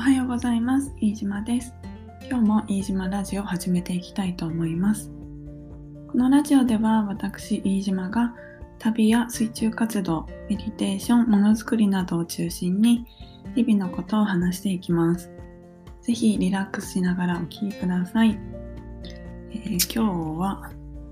はようございます。飯島です。今日も飯島ラジオを始めていきたいと思います。このラジオでは私飯島が旅や水中活動、メディテーション、ものづくりなどを中心に日々のことを話していきます。ぜひリラックスしながらお聞きください。今日は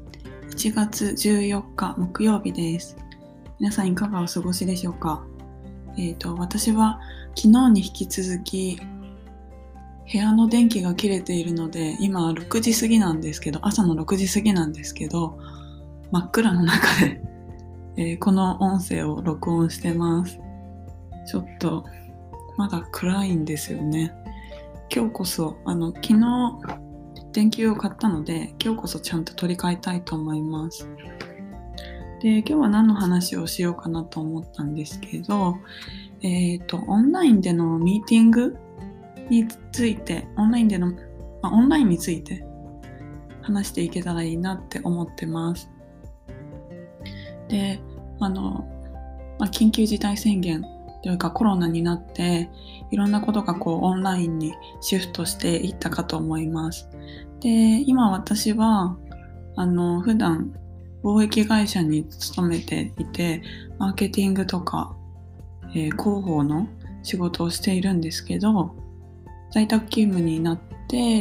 1月14日木曜日です。皆さんいかがお過ごしでしょうか？私は昨日に引き続き部屋の電気が切れているので、今6時過ぎなんですけど、朝の6時過ぎなんですけど、真っ暗の中で、この音声を録音してます。ちょっとまだ暗いんですよね。今日こそ昨日電球を買ったので、今日こそちゃんと取り替えたいと思います。で、今日は何の話をしようかなと思ったんですけど、オンラインでのミーティングについて、オンラインについて話していけたらいいなって思ってます。で、緊急事態宣言というかコロナになっていろんなことがオンラインにシフトしていったかと思います。で、今私は普段貿易会社に勤めていて、マーケティングとか、広報の仕事をしているんですけど、在宅勤務になって、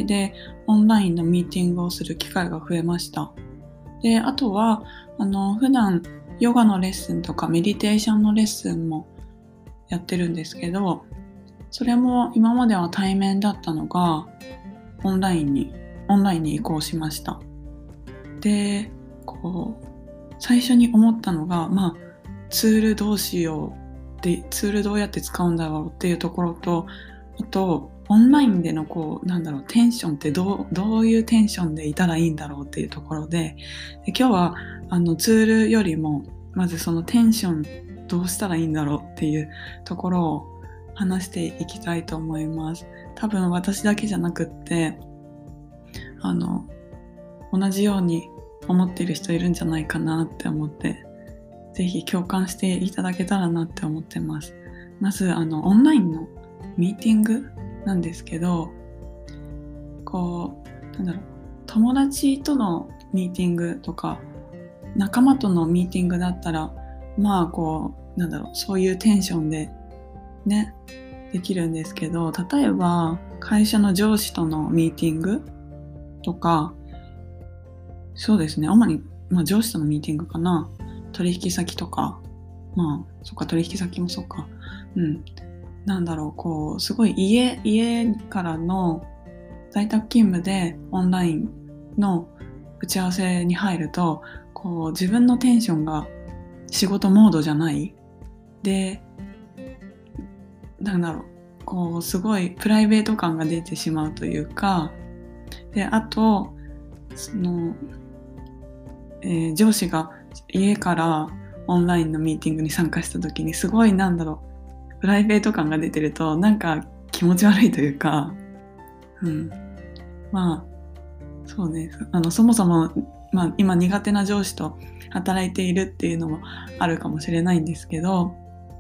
で、オンラインのミーティングをする機会が増えました。で、あとは、普段ヨガのレッスンとかメディテーションのレッスンもやってるんですけど、それも今までは対面だったのが、オンラインに移行しました。で、最初に思ったのが、ツールどうしようで、ツールどうやって使うんだろうっていうところと、あとオンラインでのテンションってどういうテンションでいたらいいんだろうっていうところで、今日はツールよりもまずそのテンションどうしたらいいんだろうっていうところを話していきたいと思います。多分私だけじゃなくって同じように思っている人いるんじゃないかなって思って、ぜひ共感していただけたらなって思ってます。まずオンラインのミーティングなんですけど、友達とのミーティングとか仲間とのミーティングだったらそういうテンションでねできるんですけど、例えば会社の上司とのミーティングとか、そうですね、主に、上司とのミーティングかな、取引先とか、取引先もそうか、すごい家からの在宅勤務でオンラインの打ち合わせに入ると、自分のテンションが仕事モードじゃないで、すごいプライベート感が出てしまうというか、で、あと上司が家からオンラインのミーティングに参加した時にすごいプライベート感が出てると気持ち悪いというか、そうね、そもそも、今苦手な上司と働いているっていうのもあるかもしれないんですけど、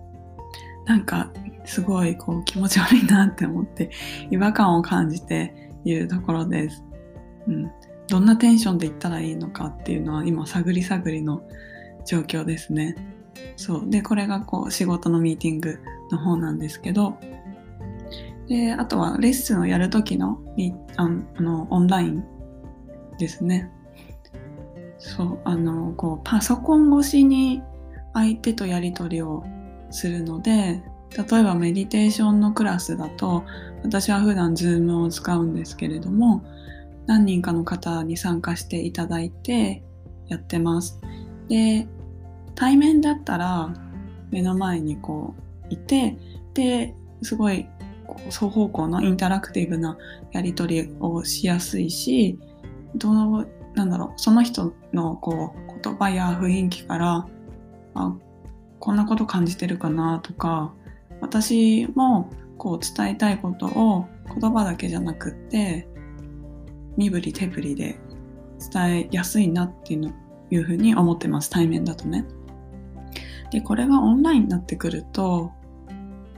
すごい気持ち悪いなって思って違和感を感じているところです。どんなテンションで行ったらいいのかっていうのは今探り探りの状況ですね。そうで、これが仕事のミーティングの方なんですけど、で、あとはレッスンをやる時のオンラインですね。そう、パソコン越しに相手とやり取りをするので、例えばメディテーションのクラスだと、私は普段 Zoom を使うんですけれども、何人かの方に参加していただいてやってます。で、対面だったら目の前にいて、ですごい双方向のインタラクティブなやり取りをしやすいし、その人の言葉や雰囲気からこんなこと感じてるかなとか、私も伝えたいことを言葉だけじゃなくって身振り手振りで伝えやすいなっていうふうに思ってます、対面だとね。で、これがオンラインになってくると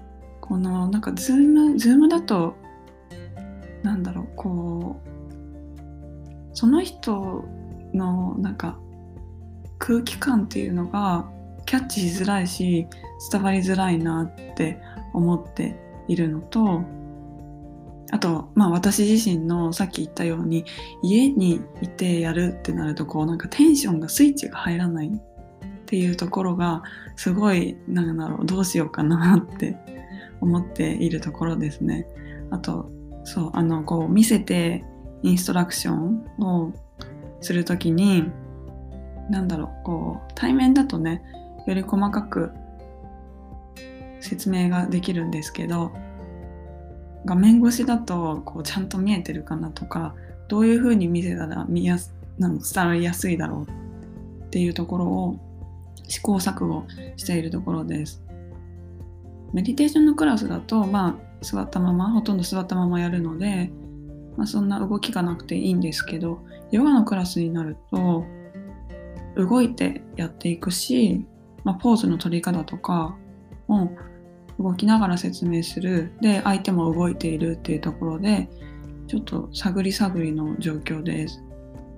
このなんかズームだとなんだろう、こうその人のなんか空気感っていうのがキャッチしづらいし伝わりづらいなって思っているのと、あと私自身のさっき言ったように家にいてやるってなるとこうなんかテンションがスイッチが入らないっていうところがすごいなんだろう、どうしようかなって思っているところですね。あとこう見せてインストラクションをするときになんだろう、こう対面だとねより細かく説明ができるんですけど、画面越しだとこうちゃんと見えてるかなとか、どういう風に見せたら伝わりやすいだろうっていうところを試行錯誤しているところです。メディテーションのクラスだとほとんど座ったままやるので、そんな動きがなくていいんですけど、ヨガのクラスになると動いてやっていくし、ポーズの取り方とかも動きながら説明する。で、相手も動いているっていうところで、ちょっと探り探りの状況です。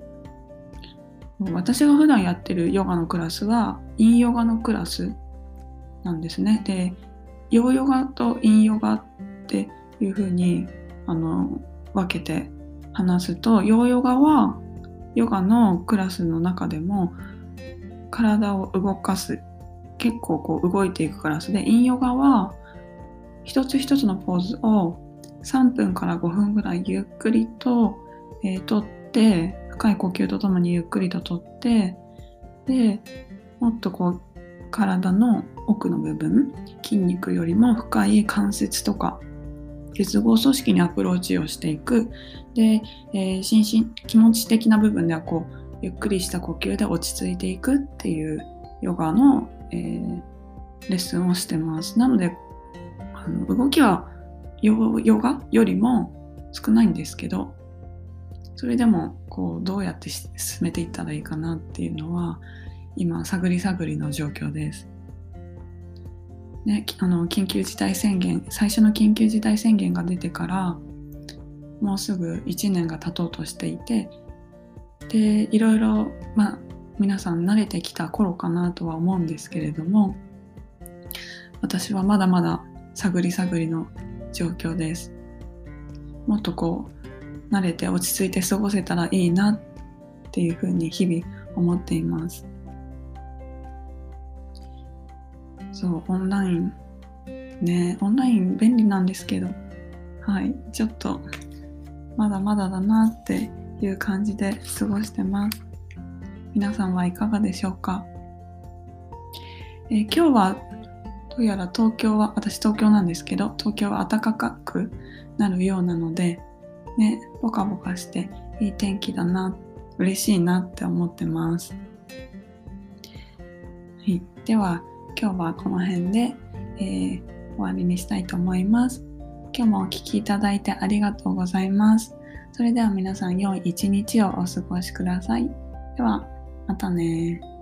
私が普段やってるヨガのクラスは、インヨガのクラスなんですね。で、ヨーヨガとインヨガっていう風に分けて話すと、ヨーヨガはヨガのクラスの中でも体を動かす、結構こう動いていくクラスで、インヨガは一つ一つのポーズを3分から5分ぐらいゆっくりと、とって深い呼吸とともにゆっくりととって、でもっとこう体の奥の部分、筋肉よりも深い関節とか結合組織にアプローチをしていく。で、気持ち的な部分ではこうゆっくりした呼吸で落ち着いていくっていうヨガの、レッスンをしてます。なので動きはヨガよりも少ないんですけど、それでもこうどうやって進めていったらいいかなっていうのは今探り探りの状況です。ね、緊急事態宣言、最初の緊急事態宣言が出てからもうすぐ1年が経とうとしていて、でいろいろ皆さん慣れてきた頃かなとは思うんですけれども、私はまだまだ探り探りの状況です。もっとこう慣れて落ち着いて過ごせたらいいなっていうふうに日々思っています。そう、オンライン便利なんですけど、ちょっとまだまだだなっていう感じで過ごしてます。皆さんはいかがでしょうか。今日はどうやら私東京なんですけど、東京は暖かくなるようなので、ね、ポカポカしていい天気だな、嬉しいなって思ってます。では今日はこの辺で、終わりにしたいと思います。今日もお聞きいただいてありがとうございます。それでは皆さん良い一日をお過ごしください。ではまたね。